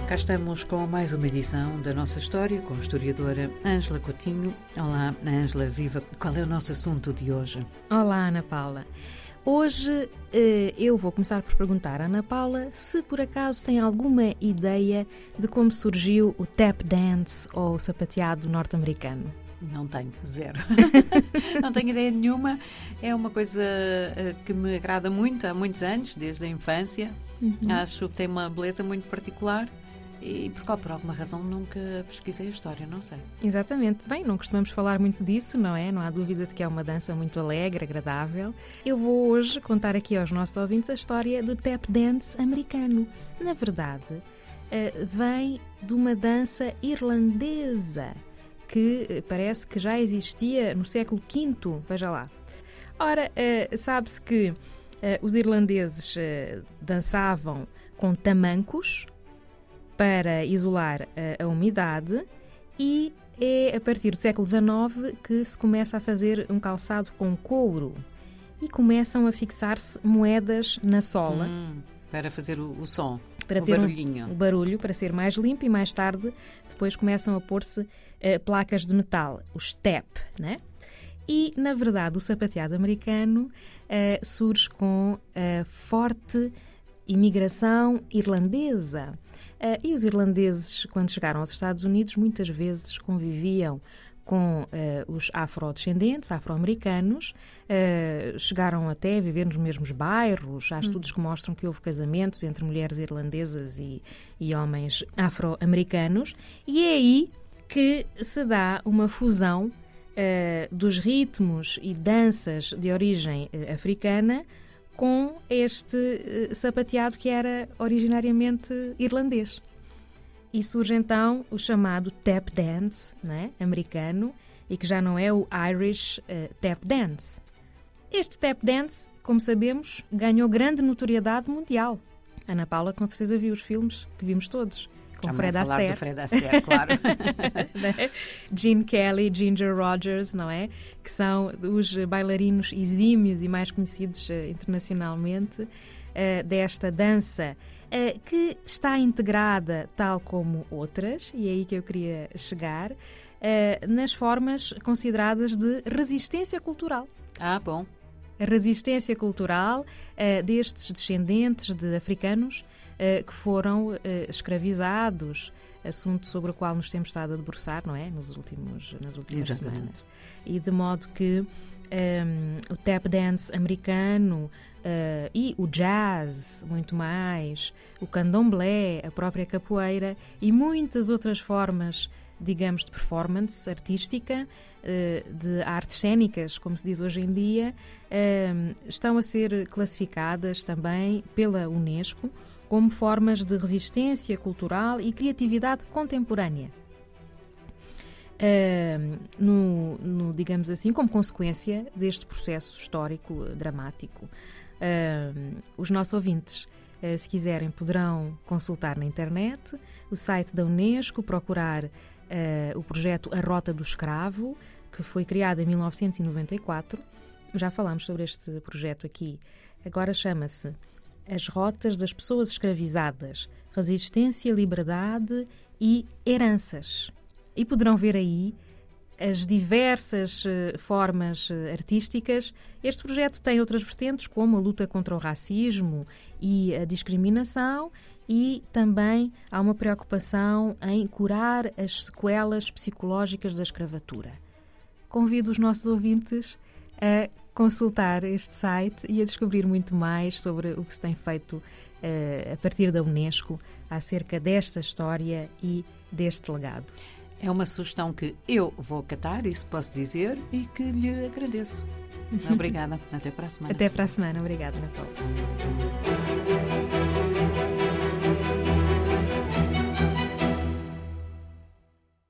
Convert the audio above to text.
Cá estamos com mais uma edição da nossa história com a historiadora Ângela Coutinho. Olá, Ângela, viva! Qual é o nosso assunto de hoje? Olá, Ana Paula. Hoje eu vou começar por perguntar à Ana Paula se por acaso tem alguma ideia de como surgiu o tap dance ou o sapateado norte-americano. Não tenho, zero. Não tenho ideia nenhuma. É uma coisa que me agrada muito há muitos anos, desde a infância. Acho que tem uma beleza muito particular e por alguma razão nunca pesquisei a história, não sei. Exatamente. Bem, não costumamos falar muito disso, não é? Não há dúvida de que é uma dança muito alegre, agradável. Eu vou hoje contar aqui aos nossos ouvintes a história do tap dance americano. Na verdade, vem de uma dança irlandesa que parece que já existia no século V, veja lá. Ora, sabe-se que os irlandeses dançavam com tamancos para isolar a umidade e é a partir do século XIX que se começa a fazer um calçado com couro e começam a fixar-se moedas na sola. Para fazer o som, para o ter barulhinho. O barulho, para ser mais limpo, e mais tarde depois começam a pôr-se placas de metal, os tap, né? E, na verdade, o sapateado americano surge com a forte imigração irlandesa. E os irlandeses, quando chegaram aos Estados Unidos, muitas vezes conviviam com os afrodescendentes, afro-americanos, chegaram até a viver nos mesmos bairros. Há estudos que mostram que houve casamentos entre mulheres irlandesas e homens afro-americanos. E é aí que se dá uma fusão dos ritmos e danças de origem africana com este sapateado que era originariamente irlandês. E surge então o chamado tap dance, né, americano, e que já não é o Irish tap dance. Este tap dance, como sabemos, ganhou grande notoriedade mundial. Ana Paula com certeza viu os filmes que vimos todos, com Fred Astaire. Do Fred Astaire, claro. Gene Kelly, Ginger Rogers, não é? Que são os bailarinos exímios e mais conhecidos internacionalmente desta dança, que está integrada, tal como outras, e é aí que eu queria chegar, nas formas consideradas de resistência cultural. Bom. A resistência cultural destes descendentes de africanos que foram escravizados, assunto sobre o qual nos temos estado a debruçar, não é? Nas últimas semanas. E de modo que o tap dance americano e o jazz, muito mais, o candomblé, a própria capoeira e muitas outras formas, digamos, de performance artística, de artes cênicas, como se diz hoje em dia, estão a ser classificadas também pela Unesco como formas de resistência cultural e criatividade contemporânea. Digamos assim, como consequência deste processo histórico dramático. Os nossos ouvintes, se quiserem, poderão consultar na internet o site da Unesco, procurar o projeto A Rota do Escravo, que foi criado em 1994. Já falámos sobre este projeto aqui. Agora chama-se As Rotas das Pessoas Escravizadas, Resistência, Liberdade e Heranças. E poderão ver aí as diversas formas artísticas. Este projeto tem outras vertentes, como a luta contra o racismo e a discriminação, e também há uma preocupação em curar as sequelas psicológicas da escravatura. Convido os nossos ouvintes a consultar este site e a descobrir muito mais sobre o que se tem feito a partir da Unesco acerca desta história e deste legado. É uma sugestão que eu vou acatar, isso posso dizer, e que lhe agradeço. Obrigada. Até para a semana. Até para a semana. Obrigada, Ana Paula.